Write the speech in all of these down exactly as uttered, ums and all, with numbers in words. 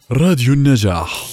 راديو النجاح.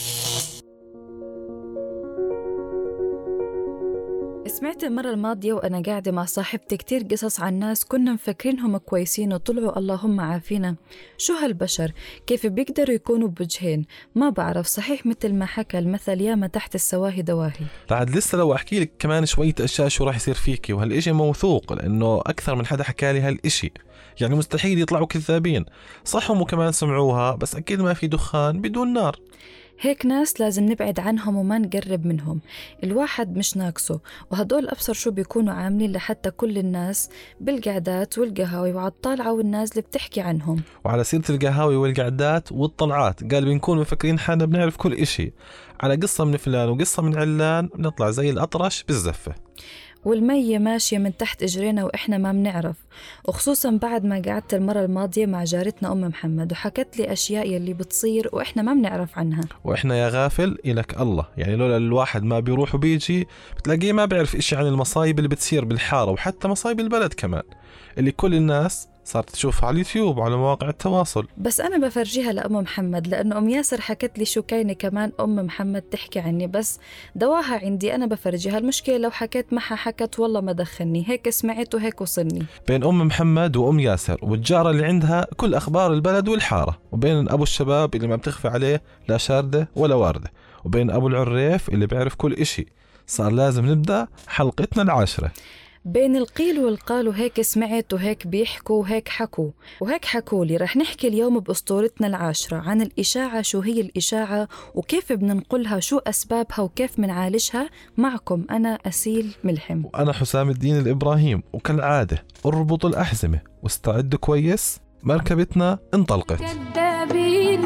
سمعت المرة الماضية وأنا قاعدة مع صاحبتي كتير قصص عن ناس كنا مفكرينهم كويسين وطلعوا اللهم عافينا. شو هالبشر؟ كيف بيقدروا يكونوا بوجهين؟ ما بعرف. صحيح مثل ما حكى المثل ياما تحت السواهي دواهي. بعد لسه لو أحكي لك كمان شوية أشياء شو راح يصير فيكي، وهالإشي موثوق لأنه أكثر من حدا حكى لي هالإشي، يعني مستحيل يطلعوا كذابين. صح هم كمان سمعوها، بس أكيد ما في دخان بدون نار. هيك ناس لازم نبعد عنهم وما نقرب منهم. الواحد مش ناقصه، وهدول أبصر شو بيكونوا عاملين لحتى كل الناس بالقعدات والقهاوي وعلى الطالعة والنازلة بتحكي عنهم. وعلى سيرة القهاوي والقعدات والطلعات، قال بنكون مفكرين حالنا بنعرف كل إشي. على قصة من فلان وقصة من علان بنطلع زي الأطرش بالزفة، والمية ماشية من تحت إجرينا وإحنا ما بنعرف. وخصوصا بعد ما قعدت المرة الماضية مع جارتنا أم محمد وحكت لي أشياء يلي بتصير وإحنا ما بنعرف عنها. وإحنا يا غافل إلك الله، يعني لولا الواحد ما بيروح وبيجي بتلاقيه ما بيعرف إشي عن المصايب اللي بتصير بالحارة، وحتى مصايب البلد كمان اللي كل الناس صارت تشوفها على اليوتيوب وعلى مواقع التواصل. بس أنا بفرجيها لأم محمد لأنه أم ياسر حكت لي شو كاينة كمان أم محمد تحكي عني، بس دواها عندي أنا بفرجيها. المشكلة لو حكيت معها حكت والله ما دخلني، هيك سمعت وهيك وصلني. بين أم محمد وأم ياسر والجارة اللي عندها كل أخبار البلد والحارة، وبين أبو الشباب اللي ما بتخفي عليه لا شاردة ولا واردة، وبين أبو العريف اللي بيعرف كل إشي. صار لازم نبدأ حلقتنا العاشرة. بين القيل والقال وهيك سمعت وهيك بيحكوا وهيك حكوا وهيك حكوا لي. رح نحكي اليوم بأسطورتنا العاشرة عن الإشاعة. شو هي الإشاعة وكيف بننقلها، شو أسبابها وكيف منعالجها. معكم أنا أسيل ملحم وأنا حسام الدين الإبراهيم، وكالعادة اربطوا الأحزمة واستعدوا كويس، مركبتنا انطلقت. كدابين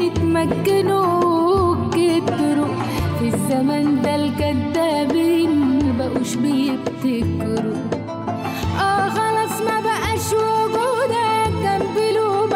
يتمكنوا كتروا في الزمن ده، الكدابين مبقوش بيبتكروا. اه خلاص ما بقاش وجودك جنبلو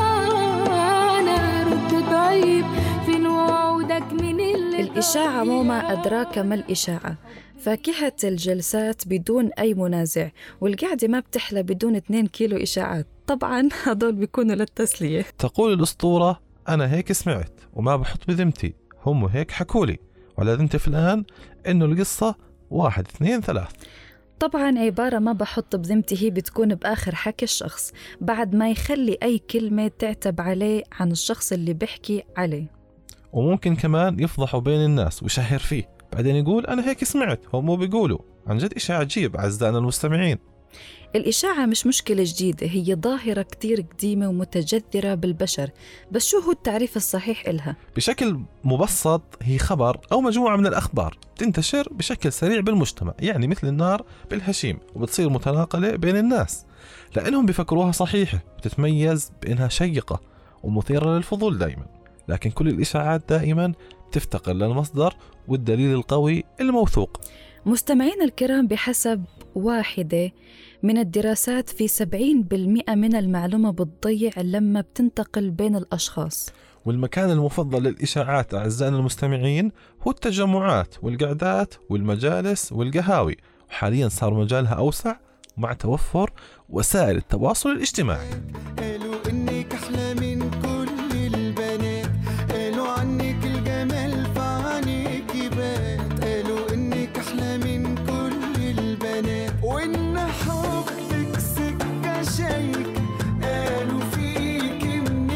معانا. رد طيب فين وعودك من اللي الإشاعة مو ما أدراك ما الإشاعة. فاكهة الجلسات بدون أي منازع، والقعدة ما بتحلى بدون اثنين كيلو إشاعات. طبعا هدول بيكونوا للتسلية. تقول الأسطورة أنا هيك سمعت وما بحط بذمتي، هم هيك حكولي وعلى ذمتي فلان إنه القصة واحد اثنين ثلاث. طبعا عبارة ما بحط بذمتي هي بتكون بآخر حكي الشخص بعد ما يخلي أي كلمة تعتب عليه عن الشخص اللي بحكي عليه. وممكن كمان يفضحوا بين الناس ويشهر فيه، بعدين يقول أنا هيك سمعت. هم مو بيقولوا. عن جد إشي عجيب أعزائنا المستمعين. الإشاعة مش مشكلة جديدة، هي ظاهرة كتير قديمة ومتجذرة بالبشر. بس شو هو التعريف الصحيح إلها؟ بشكل مبسط هي خبر أو مجموعة من الأخبار تنتشر بشكل سريع بالمجتمع، يعني مثل النار بالهشيم، وبتصير متناقلة بين الناس لأنهم بيفكروها صحيحة، بتتميز بأنها شيقة ومثيرة للفضول دائما. لكن كل الإشاعات دائما تفتقر للمصدر والدليل القوي الموثوق. مستمعين الكرام، بحسب واحدة من الدراسات في سبعين بالمئة من المعلومة بتضيع لما بتنتقل بين الأشخاص. والمكان المفضل للإشاعات أعزائنا المستمعين هو التجمعات والقعدات والمجالس والقهاوي، وحاليا صار مجالها أوسع مع توفر وسائل التواصل الاجتماعي. قالوا إنك أحلى من كل البنات، قالوا عنك الجمال فعنك يبات، قالوا إنك أحلى من كل البنات وإن حبك سكة شيك، قالوا فيك من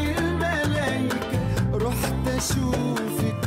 الملايكة. رحت أشوفك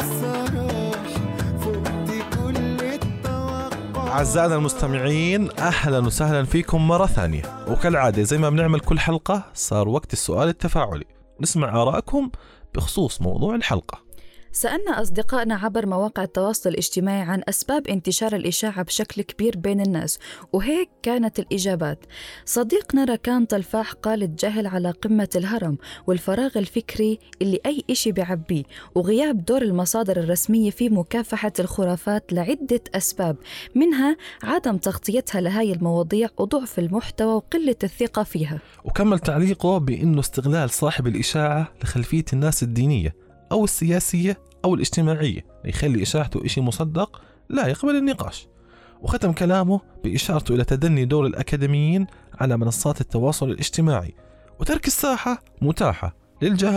وبصراحة فقت كل التوقع. أعزائنا المستمعين، أهلا وسهلا فيكم مرة ثانية. وكالعادة زي ما بنعمل كل حلقة صار وقت السؤال التفاعلي، نسمع آرائكم بخصوص موضوع الحلقة. سألنا أصدقائنا عبر مواقع التواصل الاجتماعي عن أسباب انتشار الإشاعة بشكل كبير بين الناس، وهيك كانت الإجابات. صديقنا ركان طلفاح قال الجهل على قمة الهرم، والفراغ الفكري اللي أي إشي بيعبيه، وغياب دور المصادر الرسمية في مكافحة الخرافات لعدة أسباب، منها عدم تغطيتها لهاي المواضيع وضعف المحتوى وقلة الثقة فيها. وكمل تعليقه بأنه استغلال صاحب الإشاعة لخلفية الناس الدينية أو السياسية أو الاجتماعية ليخلي إشاعته إشي مصدق لا يقبل النقاش. وختم كلامه بإشارته إلى تدني دور الأكاديميين على منصات التواصل الاجتماعي وترك الساحة متاحة للجهلة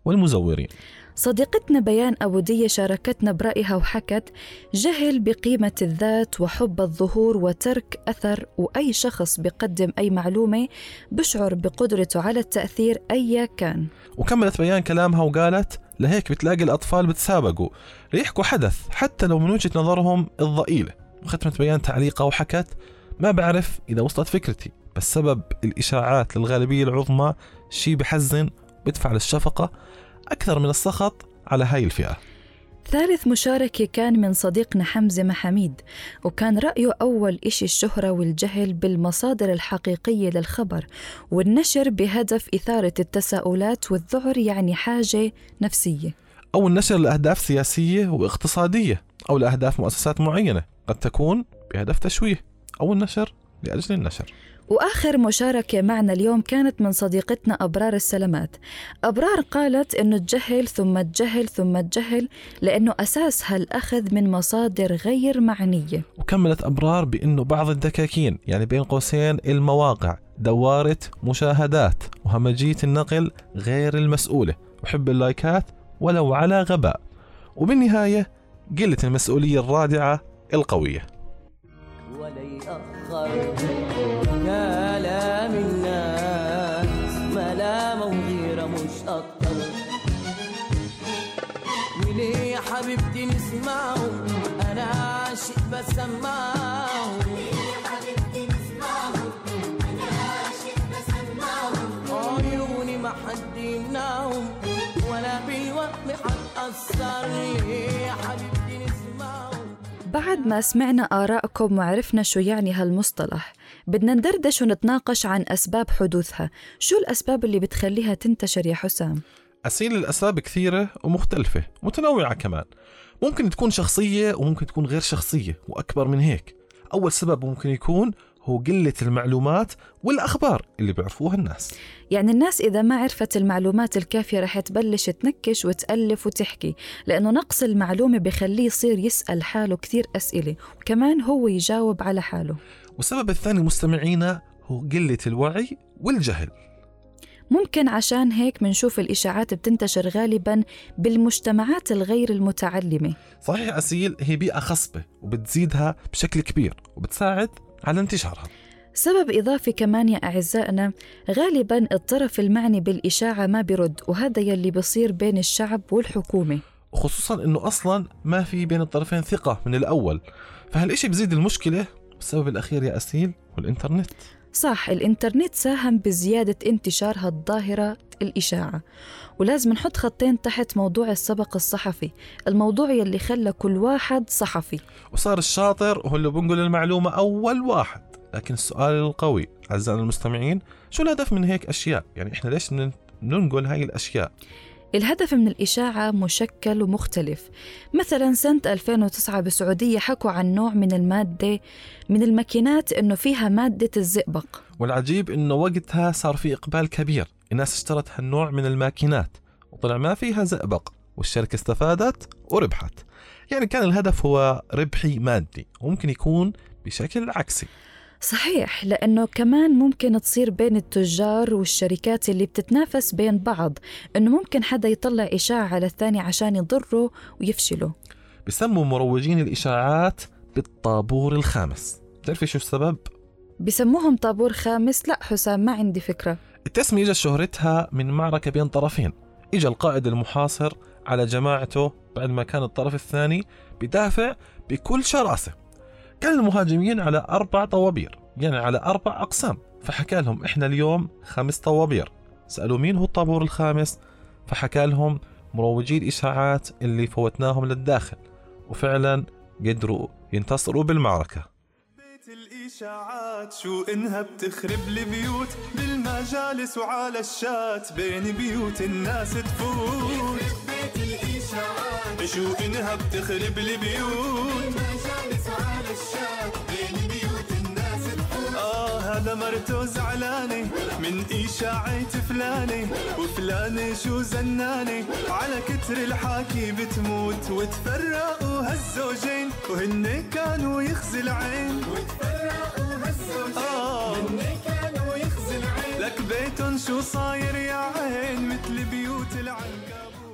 والمزورين. صديقتنا بيان أبو دية شاركتنا برأيها وحكت: جهل بقيمة الذات وحب الظهور وترك أثر، وأي شخص بيقدم أي معلومة بشعر بقدرته على التأثير أيا كان. وكملت بيان كلامها وقالت: لهيك بتلاقي الأطفال بتسابقوا ليحكوا حدث حتى لو من وجهة نظرهم الضئيلة. وختمت بيان تعليقها وحكت: ما بعرف إذا وصلت فكرتي، بس سبب الإشاعات للغالبية العظمى شيء بحزن وبدفع للشفقة أكثر من السخط على هاي الفئة. ثالث مشاركة كان من صديقنا حمزة محميد، وكان رأيه أول إشي الشهرة والجهل بالمصادر الحقيقية للخبر والنشر بهدف إثارة التساؤلات والذعر، يعني حاجة نفسية، أو النشر لأهداف سياسية واقتصادية أو لأهداف مؤسسات معينة، قد تكون بهدف تشويه أو النشر لأجل النشر. وآخر مشاركة معنا اليوم كانت من صديقتنا أبرار السلامات. أبرار قالت إنه الجهل ثم الجهل ثم الجهل لأنه أساسها الأخذ من مصادر غير معنية. وكملت أبرار بأنه بعض الدكاكين، يعني بين قوسين المواقع، دوارة مشاهدات وهمجية النقل غير المسؤولة وحب اللايكات ولو على غباء، وبالنهاية قلة المسؤولية الرادعة القوية. ولا يأخر كلام الناس ملامة وغيرة مش أكتر، وليه حبيبتي نسمعه أنا عاشق بسمعه، وليه حبيبتي نسمعه أنا عاشق بسمعه، عيوني ما حد يمنعهم ولا بالوقت حتأثر، ليه حبيبتي نسمعه. بعد ما سمعنا آراءكم وعرفنا شو يعني هالمصطلح، بدنا ندردش ونتناقش عن أسباب حدوثها. شو الأسباب اللي بتخليها تنتشر يا حسام؟ أسئلة الأسباب كثيرة ومختلفة متنوعة كمان، ممكن تكون شخصية وممكن تكون غير شخصية وأكبر من هيك. أول سبب ممكن يكون هو قلة المعلومات والأخبار اللي بيعرفوها الناس. يعني الناس إذا ما عرفت المعلومات الكافية رح تبلش تنكش وتألف وتحكي، لأنه نقص المعلومة بيخليه يصير يسأل حاله كثير أسئلة وكمان هو يجاوب على حاله. والسبب الثاني مستمعينا هو قلة الوعي والجهل. ممكن عشان هيك منشوف الإشاعات بتنتشر غالباً بالمجتمعات الغير المتعلمة. صحيح أسيل، هي بيئة خصبة وبتزيدها بشكل كبير وبتساعد على انتشارها. سبب إضافي كمان يا أعزائنا، غالباً الطرف المعني بالإشاعة ما بيرد، وهذا يلي بصير بين الشعب والحكومة، وخصوصاً إنه أصلاً ما في بين الطرفين ثقة من الأول، فهالإشي بزيد المشكلة. والسبب الأخير يا أسيل هو الإنترنت. صح، الإنترنت ساهم بزيادة انتشار هالظاهرة الإشاعة. ولازم نحط خطين تحت موضوع السبق الصحفي، الموضوع يلي خلى كل واحد صحفي، وصار الشاطر هو اللي بنقول المعلومة أول واحد. لكن السؤال القوي أعزائنا المستمعين، شو الهدف من هيك أشياء؟ يعني إحنا ليش ننقل هاي الأشياء؟ الهدف من الإشاعة مشكل ومختلف. مثلا سنة ألفين وتسعة بالسعودية حكوا عن نوع من المادة من الماكينات إنه فيها مادة الزئبق، والعجيب إنه وقتها صار في إقبال كبير، الناس اشترت هالنوع من الماكينات وطلع ما فيها زئبق، والشركة استفادت وربحت. يعني كان الهدف هو ربحي مادي، وممكن يكون بشكل عكسي. صحيح، لأنه كمان ممكن تصير بين التجار والشركات اللي بتتنافس بين بعض، إنه ممكن حدا يطلع إشاعة على الثاني عشان يضره ويفشله. بيسموا مروجين الإشاعات بالطابور الخامس. تعرفي شو السبب؟ بيسموهم طابور خامس؟ لا حسام، ما عندي فكرة. التسمية إجا شهرتها من معركة بين طرفين. إجا القائد المحاصر على جماعته بعد ما كان الطرف الثاني بدافع بكل شراسة. كان المهاجمين على أربع طوابير، يعني على أربع أقسام، فحكى لهم إحنا اليوم خمس طوابير. سألوا مين هو الطابور الخامس، فحكى لهم مروجي الإشاعات اللي فوتناهم للداخل، وفعلا قدروا ينتصروا بالمعركة. بيت الإشاعات شو إنها بتخرب البيوت، بالمجالس وعلى الشات بين بيوت الناس تفوت. بيت الإشاعات شو إنها بتخرب البيوت، بالمجالس وعلى الشات بين بيوت الناس تفوت. آه هذا مرته زعلانة من إشاعة فلانة، وفلانة شو زنانة على كتر الحكي بتموت. وتفرقوا هالزوجين وهن كانوا يخزي العين، وتفرقوا هالزوجين آه هن كانوا يخزي العين. لك بيتن شو صاير يا عين مثل بيوت العنكبوت.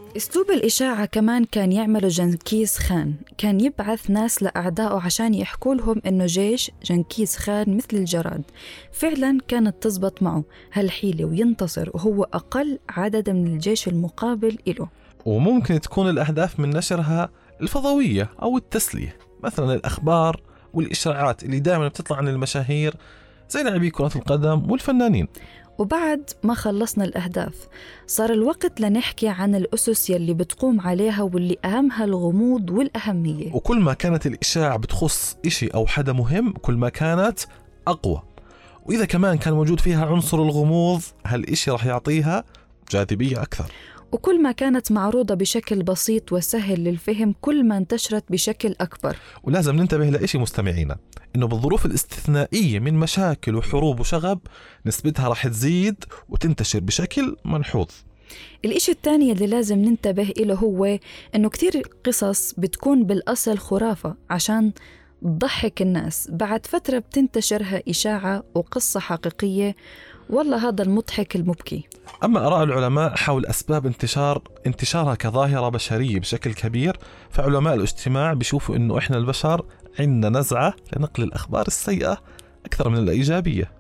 اسلوب الإشاعة كمان كان يعمله جنكيز خان، كان يبعث ناس لأعدائه عشان يحكوا لهم إنه جيش جنكيز خان مثل الجراد. فعلا كانت تزبط معه هالحيلة وينتصر وهو أقل عدد من الجيش المقابل إله. وممكن تكون الأهداف من نشرها الفضوية أو التسلية، مثلا الأخبار والإشاعات اللي دائما بتطلع عن المشاهير زي لاعبي كرة القدم والفنانين. وبعد ما خلصنا الأهداف صار الوقت لنحكي عن الأسس يلي بتقوم عليها واللي أهمها الغموض والأهمية. وكل ما كانت الإشاعة بتخص إشي أو حدا مهم كل ما كانت أقوى، وإذا كمان كان موجود فيها عنصر الغموض هالإشي رح يعطيها جاذبية أكثر. وكل ما كانت معروضة بشكل بسيط وسهل للفهم كل ما انتشرت بشكل أكبر. ولازم ننتبه لإشي مستمعينا، إنه بالظروف الاستثنائية من مشاكل وحروب وشغب نسبتها رح تزيد وتنتشر بشكل ملحوظ. الإشي الثاني اللي لازم ننتبه إله هو إنه كتير قصص بتكون بالأصل خرافة عشان تضحك الناس، بعد فترة بتنتشرها إشاعة وقصة حقيقية، والله هذا المضحك المبكي. أما آراء العلماء حول أسباب انتشار انتشارها كظاهرة بشرية بشكل كبير، فعلماء الاجتماع بيشوفوا إنه إحنا البشر عندنا نزعة لنقل الأخبار السيئة أكثر من الإيجابية.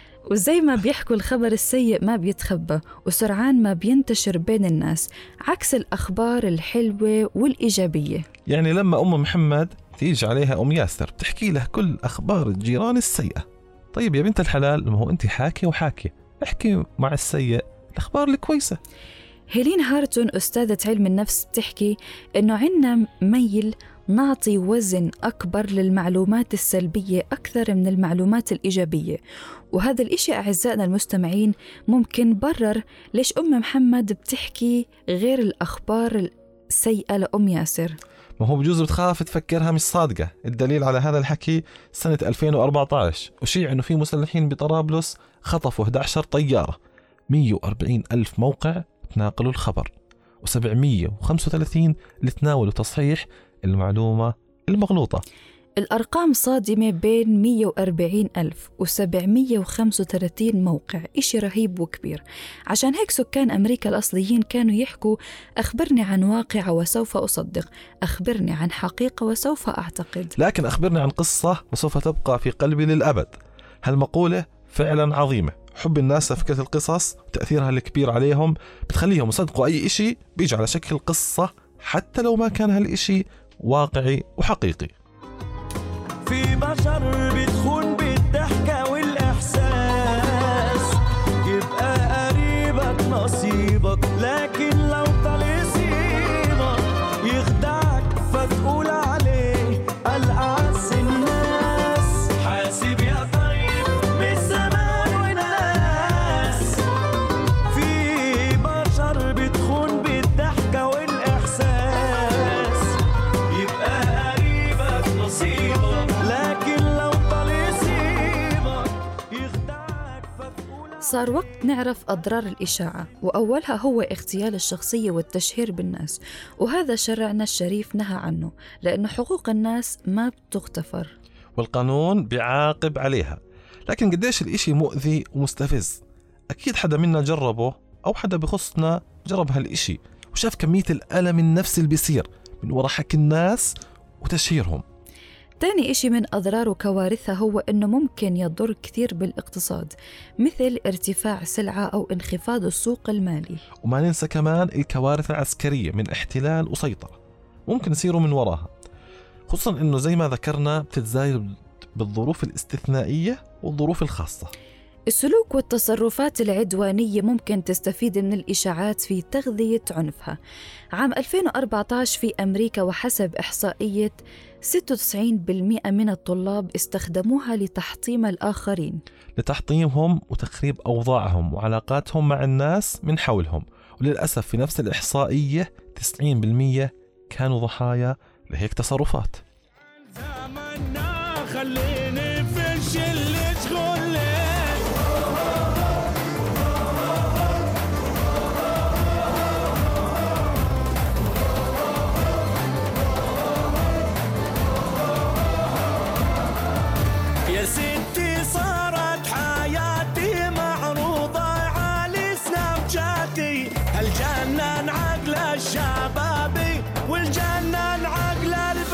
وزي ما بيحكوا الخبر السيء ما بيتخبى وسرعان ما بينتشر بين الناس، عكس الأخبار الحلوة والإيجابية. يعني لما أم محمد تيجي عليها أم ياسر بتحكي له كل أخبار الجيران السيئة. طيب يا بنت الحلال، ما هو أنت حاكي وحاكي، احكي مع السيء الأخبار الكويسة. هيلين هارتون أستاذة علم النفس بتحكي إنه عنا ميل نعطي وزن أكبر للمعلومات السلبية أكثر من المعلومات الإيجابية، وهذا الإشي أعزائنا المستمعين ممكن برر ليش أم محمد بتحكي غير الأخبار السيئة لأم ياسر. ما هو بجوز بتخاف تفكرها مش صادقة. الدليل على هذا الحكي سنة ألفين وأربعة عشر أشيع أنه في مسلحين بطرابلس خطفوا إحدى عشرة طيارة، مية وأربعين ألف موقع تناقلوا الخبر، وسبعمية وخمسة وثلاثين لتناولوا تصحيح المعلومة المغلوطة. الأرقام صادمة بين مية وأربعين ألف وسبعمية وخمسة وثلاثين موقع، إشي رهيب وكبير. عشان هيك سكان أمريكا الأصليين كانوا يحكوا أخبرني عن واقعة وسوف أصدق، أخبرني عن حقيقة وسوف أعتقد، لكن أخبرني عن قصة وسوف تبقى في قلبي للأبد. هالمقولة فعلا عظيمة. حب الناس لفكرة القصص وتأثيرها الكبير عليهم بتخليهم يصدقوا أي إشي بيجي على شكل قصة حتى لو ما كان هالإشي واقعي وحقيقي. في بشر بتخون بالضحكة والإحساس، يبقى قريبك نصيبك، لكن لو طال يسيبك يخدعك فتقول عليه الأعز الناس. حاسب يا طيب بالزمان والناس، في بشر بتخون بالضحكة والإحساس، يبقى قريبك نصيبك، لكن لو طال يسيبك يخدعك فتقول. صار وقت نعرف أضرار الإشاعة، وأولها هو اغتيال الشخصية والتشهير بالناس، وهذا شرعنا الشريف نهى عنه لأنه حقوق الناس ما بتغتفر والقانون بيعاقب عليها. لكن قديش الإشي مؤذي ومستفز. أكيد حدا منا جربه أو حدا بخصنا جرب هالإشي وشاف كمية الألم النفسي اللي بيصير من وراء حكي الناس وتشهيرهم. تاني إشي من أضرار وكوارثها هو أنه ممكن يضر كثير بالاقتصاد، مثل ارتفاع سلعة أو انخفاض السوق المالي. وما ننسى كمان الكوارث العسكرية من احتلال وسيطرة ممكن يصيروا من وراها، خصوصا أنه زي ما ذكرنا بتتزايد بالظروف الاستثنائية والظروف الخاصة. السلوك والتصرفات العدوانية ممكن تستفيد من الإشاعات في تغذية عنفها. عام ألفين وأربعة عشر في أمريكا وحسب إحصائية ستة وتسعين بالمئة من الطلاب استخدموها لتحطيم الآخرين، لتحطيمهم وتخريب أوضاعهم وعلاقاتهم مع الناس من حولهم. وللأسف في نفس الإحصائية تسعين بالمئة كانوا ضحايا لهيك تصرفات. خليني في الشلة شغلي يا ستي، صارت حياتي معروضة على سناب شاتي، هالجنان عقله الشبابي والجنان عقل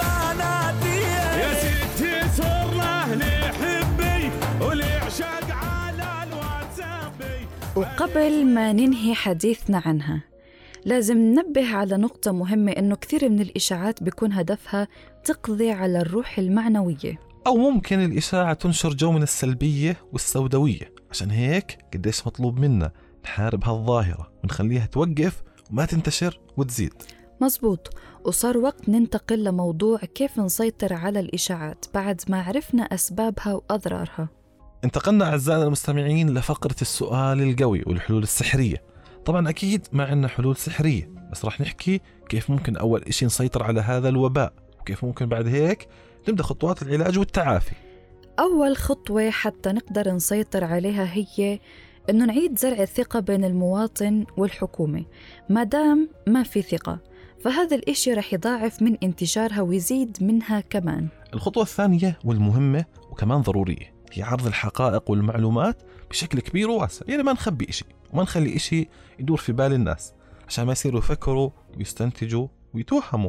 البناتية. يا ستي صر له لحبي وليعشق على الواتسابي. وقبل ما ننهي حديثنا عنها لازم ننبه على نقطة مهمة، إنه كثير من الإشاعات بيكون هدفها تقضي على الروح المعنوية، أو ممكن الإشاعة تنشر جو من السلبية والسوداوية. عشان هيك قديش مطلوب منا نحارب هالظاهرة ونخليها توقف وما تنتشر وتزيد. مزبوط. وصار وقت ننتقل لموضوع كيف نسيطر على الإشاعات بعد ما عرفنا أسبابها وأضرارها. انتقلنا أعزائنا المستمعين لفقرة السؤال القوي والحلول السحرية. طبعا أكيد ما عندنا حلول سحرية، بس رح نحكي كيف ممكن أول إشي نسيطر على هذا الوباء، وكيف ممكن بعد هيك نبدأ خطوات العلاج والتعافي. أول خطوة حتى نقدر نسيطر عليها هي إنه نعيد زرع الثقة بين المواطن والحكومة. ما دام ما في ثقة فهذا الإشي رح يضاعف من انتشارها ويزيد منها كمان. الخطوة الثانية والمهمة وكمان ضرورية هي عرض الحقائق والمعلومات بشكل كبير وواسع. يعني ما نخبي إشي وما نخلي إشي يدور في بال الناس عشان ما يصيروا يفكروا ويستنتجوا ويتوهموا.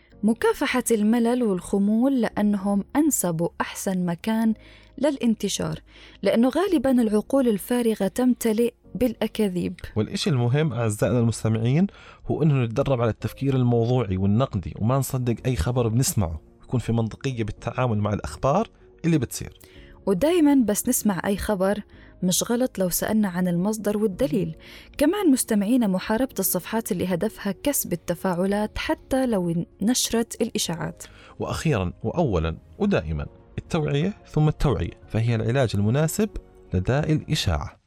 مكافحة الملل والخمول لأنهم أنسب وأحسن مكان للانتشار، لأنه غالباً العقول الفارغة تمتلئ بالأكاذيب. والإشي المهم أعزائنا المستمعين هو أنه نتدرب على التفكير الموضوعي والنقدي وما نصدق أي خبر بنسمعه، يكون في منطقية بالتعامل مع الأخبار اللي بتصير. ودايماً بس نسمع أي خبر مش غلط لو سألنا عن المصدر والدليل. كمان مستمعينا محاربة الصفحات اللي هدفها كسب التفاعلات حتى لو نشرت الإشاعات. وأخيراً وأولاً ودائماً التوعية ثم التوعية، فهي العلاج المناسب لداء الإشاعة.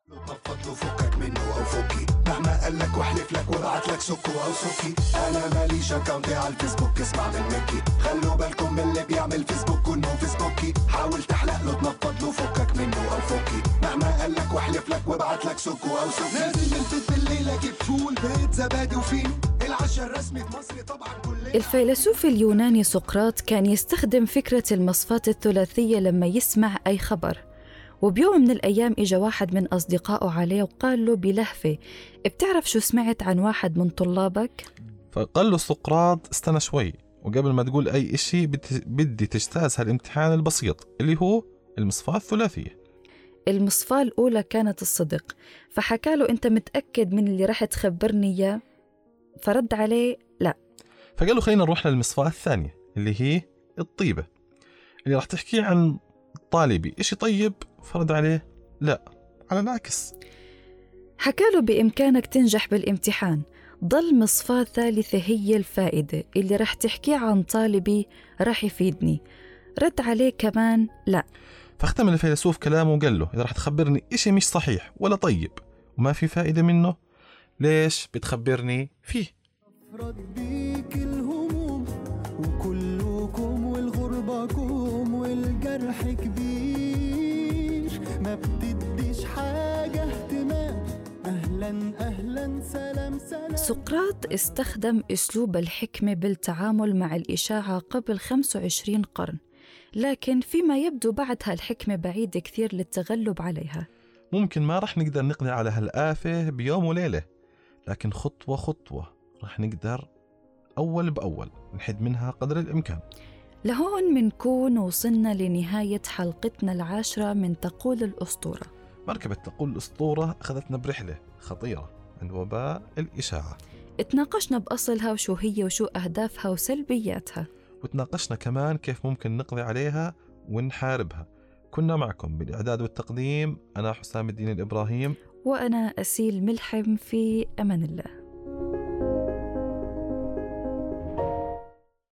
طفض فكك منه أو فكي مهما قال لك واحلف لك وبعت لك سكو أو سكي. أنا ماليش أكاونتي على الفيسبوك اسمع من مكي. خلوا بالكم من اللي بيعمل فيسبوك إنه فيسبوكي. حاول تحلق له تنفض له فكك منه أو فكي مهما قال لك واحلف لك وبعت لك سكو أو سكي. لازم نلفت بالليل أجيب فول بيت زبادي وفينو. العشاء الرسمي في مصر طبعا كل. الفيلسوف اليوناني سقراط كان يستخدم فكرة المصفاة الثلاثية لما يسمع أي خبر. وبيوم من الأيام إجا واحد من أصدقائه عليه وقال له بلهفة: بتعرف شو سمعت عن واحد من طلابك؟ فقال له سقراط: استنى شوي، وقبل ما تقول أي إشي بدي تجتاز هالامتحان البسيط اللي هو المصفاة الثلاثية. المصفاة الأولى كانت الصدق، فحكى له: أنت متأكد من اللي رح تخبرني إياه؟ فرد عليه: لا. فقال له: خلينا نروح للمصفاة الثانية اللي هي الطيبة، اللي رح تحكي عن طالبي إشي طيب. فرد عليه: لا، على العكس. حكى له: بإمكانك تنجح بالامتحان. ضل مصفاة ثالثة هي الفائدة، اللي رح تحكي عن طالبي رح يفيدني. رد عليه كمان: لا. فاختم الفيلسوف كلامه وقال له: إذا رح تخبرني إشي مش صحيح ولا طيب وما في فائدة منه، ليش بتخبرني فيه؟ أفرد بيك الهموم وكلكم والغربكم والجرح كبير، ما بتديش حاجة اهتمام. أهلا أهلا سلام سلام. سقراط استخدم أسلوب الحكمة بالتعامل مع الإشاعة قبل خمسة وعشرين قرن، لكن فيما يبدو بعدها الحكمة بعيدة كثير للتغلب عليها. ممكن ما رح نقدر نقضي على هالآفة بيوم وليلة، لكن خطوة خطوة رح نقدر أول بأول نحد منها قدر الإمكان. لهون منكون وصلنا لنهاية حلقتنا العاشرة من تقول الأسطورة. مركبة تقول الأسطورة أخذتنا برحلة خطيرة عن وباء الإشاعة. اتناقشنا بأصلها وشو هي وشو أهدافها وسلبياتها، وتناقشنا كمان كيف ممكن نقضي عليها ونحاربها. كنا معكم بالإعداد والتقديم أنا حسام الدين الإبراهيم، وأنا أسيل ملحم. في أمان الله.